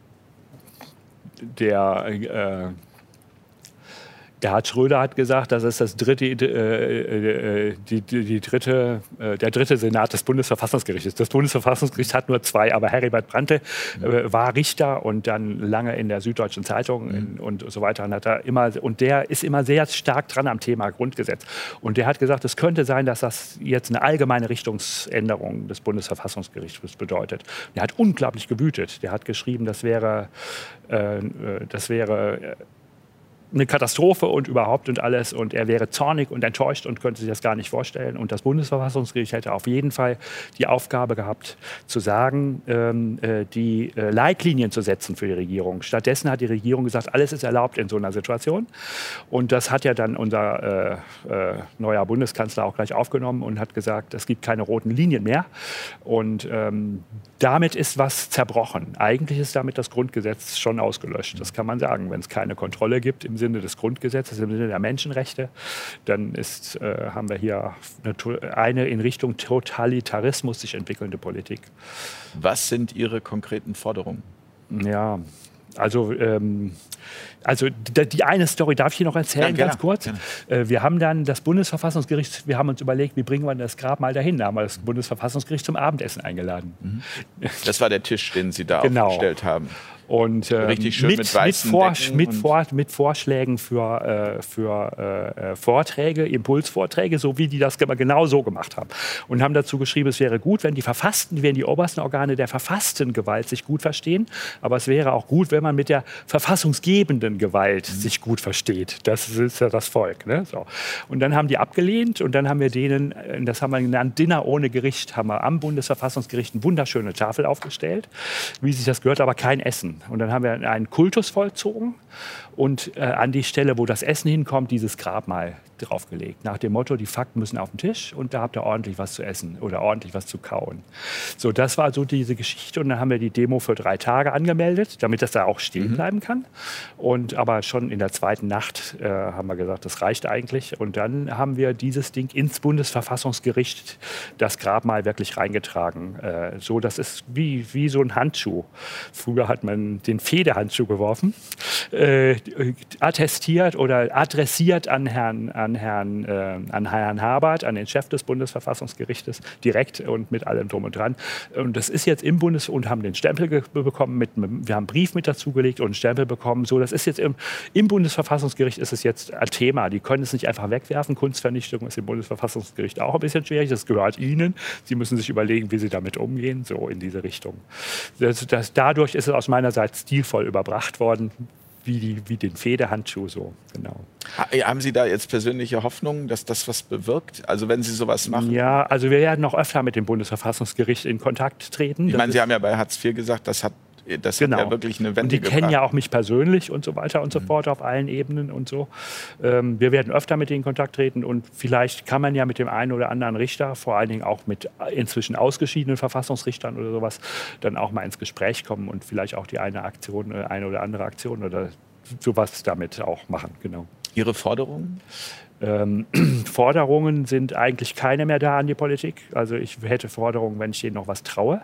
der äh, Gerhard Schröder hat gesagt, das ist das dritte, äh, äh, die, die, die dritte, äh, der dritte Senat des Bundesverfassungsgerichts. Das Bundesverfassungsgericht hat nur zwei, aber Heribert Prantl äh, war Richter und dann lange in der Süddeutschen Zeitung in, und so weiter. Und, hat er immer, und der ist immer sehr stark dran am Thema Grundgesetz. Und der hat gesagt, es könnte sein, dass das jetzt eine allgemeine Richtungsänderung des Bundesverfassungsgerichts bedeutet. Der hat unglaublich gewütet. Der hat geschrieben, das wäre, äh, das wäre eine Katastrophe und überhaupt und alles. Und er wäre zornig und enttäuscht und könnte sich das gar nicht vorstellen. Und das Bundesverfassungsgericht hätte auf jeden Fall die Aufgabe gehabt, zu sagen, ähm, äh, die äh, Leitlinien zu setzen für die Regierung. Stattdessen hat die Regierung gesagt, alles ist erlaubt in so einer Situation. Und das hat ja dann unser äh, äh, neuer Bundeskanzler auch gleich aufgenommen und hat gesagt, es gibt keine roten Linien mehr. Und ähm, damit ist was zerbrochen. Eigentlich ist damit das Grundgesetz schon ausgelöscht. Das kann man sagen, wenn es keine Kontrolle gibt im Sinne des Grundgesetzes, im Sinne der Menschenrechte, dann ist, äh, haben wir hier eine, eine in Richtung Totalitarismus sich entwickelnde Politik. Was sind Ihre konkreten Forderungen? Ja, also, ähm, also die eine Story darf ich hier noch erzählen, ja, ganz kurz. Äh, wir haben dann das Bundesverfassungsgericht, wir haben uns überlegt, wie bringen wir das Grabmal dahin? Da haben wir das Bundesverfassungsgericht zum Abendessen eingeladen. Das war der Tisch, den Sie da genau. aufgestellt haben. Und ähm, Richtig schön mit, mit, weißen mit, Vor Decken mit, und Vor mit Vorschlägen für, äh, für äh, Vorträge, Impulsvorträge, so wie die das genau so gemacht haben. Und haben dazu geschrieben, es wäre gut, wenn die Verfassten, wenn die obersten Organe der verfassten Gewalt sich gut verstehen. Aber es wäre auch gut, wenn man mit der verfassungsgebenden Gewalt mhm. sich gut versteht. Das ist ja das Volk. Ne? So. Und dann haben die abgelehnt und dann haben wir denen, das haben wir genannt, Dinner ohne Gericht, haben wir am Bundesverfassungsgericht eine wunderschöne Tafel aufgestellt, wie sich das gehört, aber kein Essen. Und dann haben wir einen Kultus vollzogen und äh, an die Stelle, wo das Essen hinkommt, dieses Grabmal draufgelegt. Nach dem Motto, die Fakten müssen auf den Tisch und da habt ihr ordentlich was zu essen oder ordentlich was zu kauen. So, das war so diese Geschichte und dann haben wir die Demo für drei Tage angemeldet, damit das da auch stehen bleiben kann. Und aber schon in der zweiten Nacht äh, haben wir gesagt, das reicht eigentlich. Und dann haben wir dieses Ding ins Bundesverfassungsgericht, das Grabmal wirklich reingetragen. Äh, so, das ist wie, wie so ein Handschuh. Früher hat man den Federhandschuh geworfen, äh, attestiert oder adressiert an Herrn, an Herrn, äh, an Herrn Habert, an den Chef des Bundesverfassungsgerichtes, direkt und mit allem drum und dran. Und das ist jetzt im Bundes- und haben den Stempel bekommen, mit, wir haben einen Brief mit dazugelegt und einen Stempel bekommen. So, das ist jetzt im, im Bundesverfassungsgericht ist es jetzt ein Thema. Die können es nicht einfach wegwerfen. Kunstvernichtung ist im Bundesverfassungsgericht auch ein bisschen schwierig. Das gehört ihnen. Sie müssen sich überlegen, wie sie damit umgehen, so in diese Richtung. Das, das, dadurch ist es aus meiner Seite stilvoll überbracht worden, wie, die, wie den Federhandschuh so, genau. Haben Sie da jetzt persönliche Hoffnung, dass das was bewirkt? Also wenn Sie sowas machen? Ja, also wir werden noch öfter mit dem Bundesverfassungsgericht in Kontakt treten. Ich Das meine, Sie ist- haben ja bei Hartz vier gesagt, das hat Das Genau. hat ja wirklich eine Und Wende die gebracht. kennen ja auch mich persönlich und so weiter und so fort auf allen Ebenen und so. Ähm, wir werden öfter mit denen in Kontakt treten und vielleicht kann man ja mit dem einen oder anderen Richter, vor allen Dingen auch mit inzwischen ausgeschiedenen Verfassungsrichtern oder sowas, dann auch mal ins Gespräch kommen und vielleicht auch die eine Aktion, äh, eine oder andere Aktion oder sowas damit auch machen. Genau. Ihre Forderungen? Ähm, Forderungen sind eigentlich keine mehr da an die Politik. Also ich hätte Forderungen, wenn ich denen noch was traue.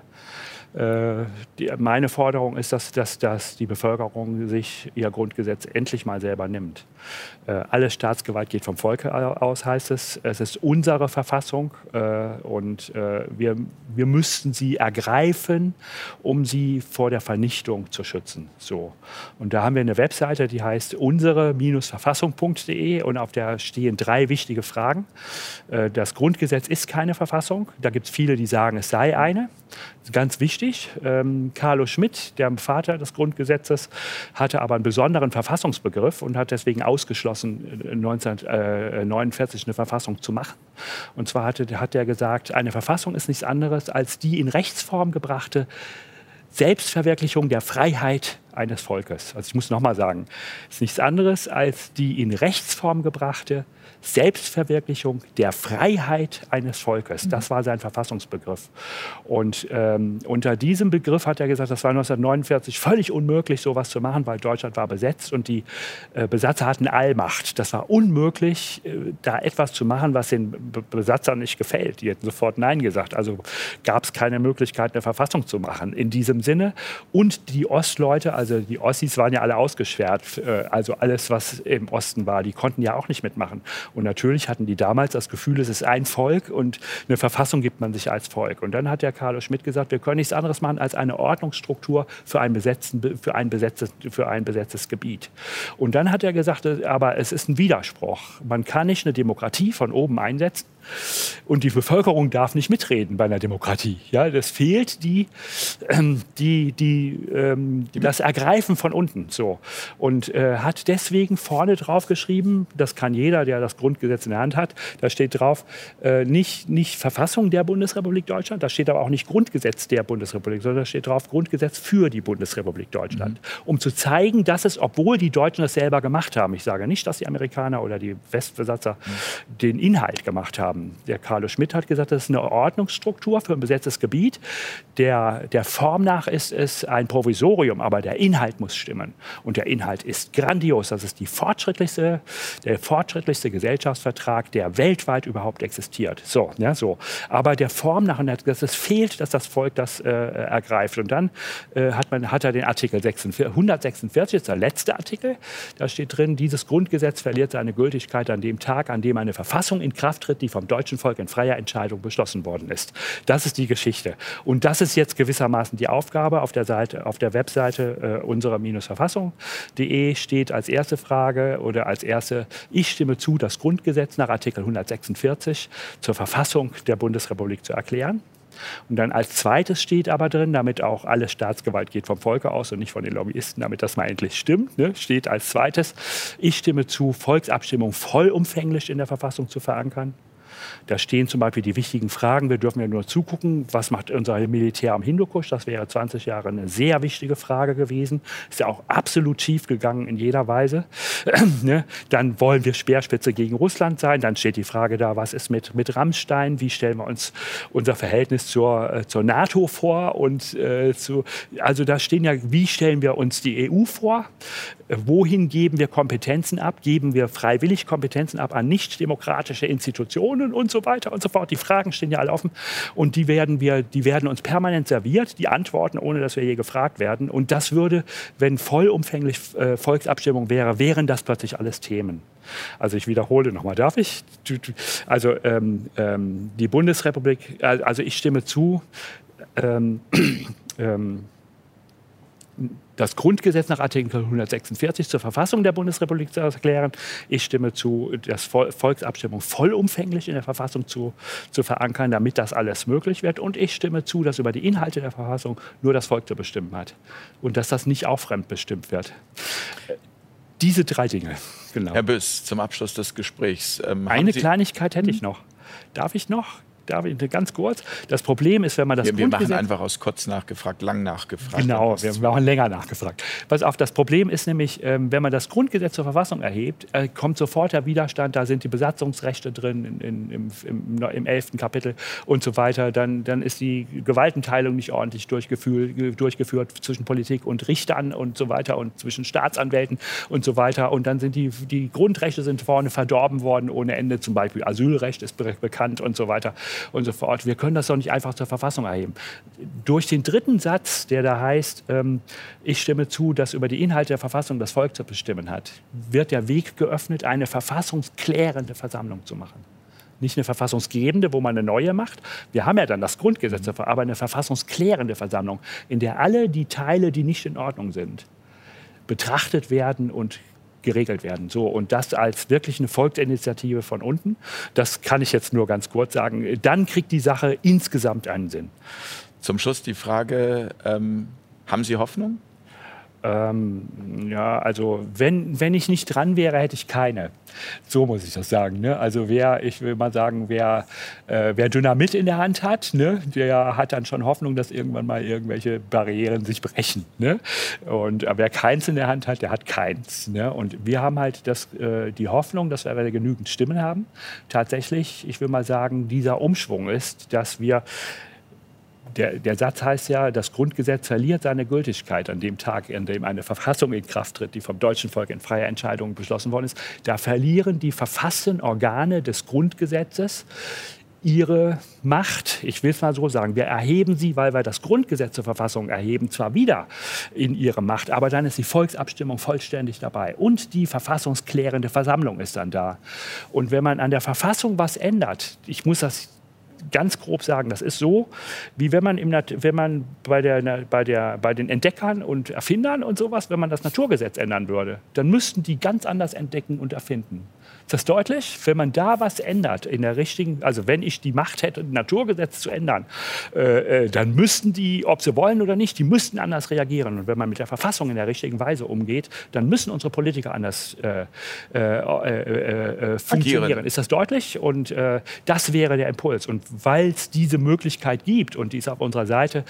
Äh, die, meine Forderung ist, dass, dass, dass die Bevölkerung sich ihr Grundgesetz endlich mal selber nimmt. Äh, alle Staatsgewalt geht vom Volke aus, heißt es. Es ist unsere Verfassung äh, und äh, wir, wir müssten sie ergreifen, um sie vor der Vernichtung zu schützen. So. Und da haben wir eine Webseite, die heißt unsere Verfassung punkt de und auf der stehen drei wichtige Fragen. Äh, das Grundgesetz ist keine Verfassung. Da gibt es viele, die sagen, es sei eine. Das ist ganz wichtig. Ähm, Carlo Schmitt, der Vater des Grundgesetzes, hatte aber einen besonderen Verfassungsbegriff und hat deswegen ausgeschlossen, neunzehnhundertneunundvierzig eine Verfassung zu machen. Und zwar hatte, hat er gesagt, eine Verfassung ist nichts anderes als die in Rechtsform gebrachte Selbstverwirklichung der Freiheit eines Volkes. Also ich muss noch mal sagen, es ist nichts anderes als die in Rechtsform gebrachte Selbstverwirklichung der Freiheit eines Volkes. Das war sein Verfassungsbegriff. Und ähm, unter diesem Begriff hat er gesagt, das war neunzehnhundertneunundvierzig völlig unmöglich, sowas zu machen, weil Deutschland war besetzt und die äh, Besatzer hatten Allmacht. Das war unmöglich, äh, da etwas zu machen, was den Be Besatzern nicht gefällt. Die hätten sofort Nein gesagt. Also gab es keine Möglichkeit, eine Verfassung zu machen in diesem Sinne. Und die Ostleute, also die Ossis waren ja alle ausgeschwärzt. Äh, also alles, was im Osten war, die konnten ja auch nicht mitmachen. Und natürlich hatten die damals das Gefühl, es ist ein Volk und eine Verfassung gibt man sich als Volk. Und dann hat der Carlo Schmitt gesagt, wir können nichts anderes machen als eine Ordnungsstruktur für ein, besetzten, für ein, besetztes, für ein besetztes Gebiet. Und dann hat er gesagt, aber es ist ein Widerspruch. Man kann nicht eine Demokratie von oben einsetzen und die Bevölkerung darf nicht mitreden bei einer Demokratie. Ja, das fehlt die, ähm, die, die, ähm, das Ergreifen von unten. So. Und äh, hat deswegen vorne drauf geschrieben, das kann jeder, der das Grundgesetz in der Hand hat, da steht drauf, äh, nicht, nicht Verfassung der Bundesrepublik Deutschland, da steht aber auch nicht Grundgesetz der Bundesrepublik, sondern da steht drauf Grundgesetz für die Bundesrepublik Deutschland. Mhm. Um zu zeigen, dass es, obwohl die Deutschen das selber gemacht haben, ich sage nicht, dass die Amerikaner oder die Westbesatzer mhm. den Inhalt gemacht haben. Der Carlo Schmitt hat gesagt, das ist eine Ordnungsstruktur für ein besetztes Gebiet. Der, der Form nach ist es ein Provisorium, aber der Inhalt muss stimmen. Und der Inhalt ist grandios. Das ist die fortschrittlichste, der fortschrittlichste Gesellschaftsvertrag, der weltweit überhaupt existiert. So, ja, so. Aber der Form nach, dass es fehlt, dass das Volk das äh, ergreift. Und dann äh, hat, man, hat er den Artikel hundertsechsundvierzig, das ist der letzte Artikel. Da steht drin, dieses Grundgesetz verliert seine Gültigkeit an dem Tag, an dem eine Verfassung in Kraft tritt, die vom vom deutschen Volk in freier Entscheidung beschlossen worden ist. Das ist die Geschichte. Und das ist jetzt gewissermaßen die Aufgabe. Auf der Seite, auf der Webseite äh, unserer-verfassung punkt de steht als erste Frage oder als erste: Ich stimme zu, das Grundgesetz nach Artikel hundertsechsundvierzig zur Verfassung der Bundesrepublik zu erklären. Und dann als zweites steht aber drin, damit auch alle Staatsgewalt geht vom Volke aus und nicht von den Lobbyisten, damit das mal endlich stimmt, ne, steht als zweites: Ich stimme zu, Volksabstimmung vollumfänglich in der Verfassung zu verankern. Da stehen zum Beispiel die wichtigen Fragen. Wir dürfen ja nur zugucken, was macht unser Militär am Hindukusch? Das wäre zwanzig Jahre eine sehr wichtige Frage gewesen. Ist ja auch absolut schief gegangen in jeder Weise. ne? Dann wollen wir Speerspitze gegen Russland sein. Dann steht die Frage da, was ist mit, mit Rammstein? Wie stellen wir uns unser Verhältnis zur, äh, zur NATO vor? Und, äh, zu, also da stehen ja, wie stellen wir uns die E U vor? Äh, wohin geben wir Kompetenzen ab? Geben wir freiwillig Kompetenzen ab an nichtdemokratische Institutionen und so weiter und so fort. Die Fragen stehen ja alle offen und die werden, wir, die werden uns permanent serviert, die Antworten, ohne dass wir je gefragt werden. Und das würde, wenn vollumfänglich äh, Volksabstimmung wäre, wären das plötzlich alles Themen. Also ich wiederhole nochmal, darf ich? Also ähm, ähm, die Bundesrepublik, also ich stimme zu, ähm, ähm, das Grundgesetz nach Artikel hundertsechsundvierzig zur Verfassung der Bundesrepublik zu erklären. Ich stimme zu, das Volksabstimmung vollumfänglich in der Verfassung zu, zu verankern, damit das alles möglich wird. Und ich stimme zu, dass über die Inhalte der Verfassung nur das Volk zu bestimmen hat. Und dass das nicht auch fremdbestimmt wird. Diese drei Dinge. Genau. Herr Böß, zum Abschluss des Gesprächs. Ähm, Eine Kleinigkeit hätte ich noch. Darf ich noch? Darf ich ganz kurz? Das Problem ist, wenn man das wir, wir Grundgesetz... machen einfach aus kurz nachgefragt, lang nachgefragt. Genau, wir machen länger nachgefragt. Pass auf, das Problem ist nämlich, ähm, wenn man das Grundgesetz zur Verfassung erhebt, äh, kommt sofort der Widerstand, da sind die Besatzungsrechte drin in, in, im, im, im elften Kapitel und so weiter. Dann, dann ist die Gewaltenteilung nicht ordentlich durchgeführt, durchgeführt zwischen Politik und Richtern und so weiter und zwischen Staatsanwälten und so weiter. Und dann sind die, die Grundrechte sind vorne verdorben worden ohne Ende. Zum Beispiel Asylrecht ist be- bekannt und so weiter und so fort. Wir können das doch nicht einfach zur Verfassung erheben. Durch den dritten Satz, der da heißt, ähm, ich stimme zu, dass über die Inhalte der Verfassung das Volk zu bestimmen hat, wird der Weg geöffnet, eine verfassungsklärende Versammlung zu machen. Nicht eine verfassungsgebende, wo man eine neue macht. Wir haben ja dann das Grundgesetz, aber eine verfassungsklärende Versammlung, in der alle die Teile, die nicht in Ordnung sind, betrachtet werden und geregelt werden. So, und das als wirklich eine Volksinitiative von unten, das kann ich jetzt nur ganz kurz sagen, dann kriegt die Sache insgesamt einen Sinn. Zum Schluss die Frage, ähm, haben Sie Hoffnung? Ähm, ja, also wenn, wenn ich nicht dran wäre, hätte ich keine. So muss ich das sagen. Ne? Also wer, ich will mal sagen, wer, äh, wer Dynamit in der Hand hat, ne, der hat dann schon Hoffnung, dass irgendwann mal irgendwelche Barrieren sich brechen. Ne? Und wer keins in der Hand hat, der hat keins. Ne? Und wir haben halt das, äh, die Hoffnung, dass wir genügend Stimmen haben. Tatsächlich, ich will mal sagen, dieser Umschwung ist, dass wir Der, der Satz heißt ja, das Grundgesetz verliert seine Gültigkeit an dem Tag, an dem eine Verfassung in Kraft tritt, die vom deutschen Volk in freier Entscheidung beschlossen worden ist. Da verlieren die verfassten Organe des Grundgesetzes ihre Macht. Ich will es mal so sagen, wir erheben sie, weil wir das Grundgesetz zur Verfassung erheben, zwar wieder in ihre Macht, aber dann ist die Volksabstimmung vollständig dabei. Und die verfassungsklärende Versammlung ist dann da. Und wenn man an der Verfassung was ändert, ich muss das ganz grob sagen, das ist so, wie wenn man, im Nat- wenn man bei, der, bei, der, bei den Entdeckern und Erfindern und sowas, wenn man das Naturgesetz ändern würde, dann müssten die ganz anders entdecken und erfinden. Ist das deutlich? Wenn man da was ändert, in der richtigen, also wenn ich die Macht hätte, ein Naturgesetz zu ändern, äh, äh, dann müssten die, ob sie wollen oder nicht, die müssten anders reagieren. Und wenn man mit der Verfassung in der richtigen Weise umgeht, dann müssen unsere Politiker anders äh, äh, äh, äh, funktionieren. Agieren. Ist das deutlich? Und äh, das wäre der Impuls. Und weil es diese Möglichkeit gibt und die ist auf unserer Seite,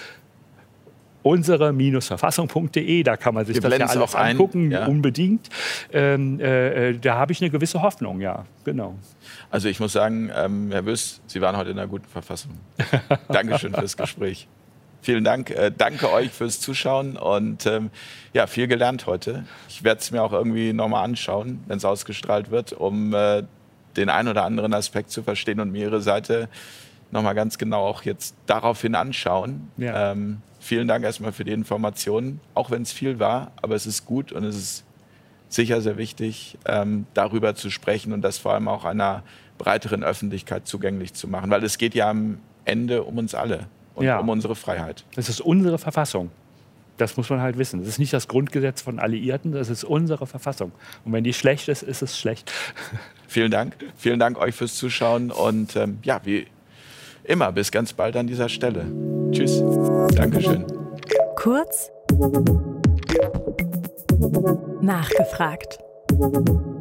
unsere-verfassung punkt de, da kann man sich Wir das ja alles angucken, ja. unbedingt. Ähm, äh, da habe ich eine gewisse Hoffnung, ja, genau. Also ich muss sagen, ähm, Herr Böß, Sie waren heute in einer guten Verfassung. Dankeschön fürs Gespräch. Vielen Dank. Äh, danke euch fürs Zuschauen und ähm, ja, viel gelernt heute. Ich werde es mir auch irgendwie nochmal anschauen, wenn es ausgestrahlt wird, um äh, den einen oder anderen Aspekt zu verstehen und mir Ihre Seite nochmal ganz genau auch jetzt daraufhin anschauen. Ja. Ähm, vielen Dank erstmal für die Informationen, auch wenn es viel war, aber es ist gut und es ist sicher sehr wichtig, ähm, darüber zu sprechen und das vor allem auch einer breiteren Öffentlichkeit zugänglich zu machen. Weil es geht ja am Ende um uns alle und Ja. um unsere Freiheit. Das ist unsere Verfassung. Das muss man halt wissen. Das ist nicht das Grundgesetz von Alliierten, das ist unsere Verfassung. Und wenn die schlecht ist, ist es schlecht. Vielen Dank. Vielen Dank euch fürs Zuschauen und ähm, ja, wie immer, bis ganz bald an dieser Stelle. Tschüss. Dankeschön. Kurz nachgefragt.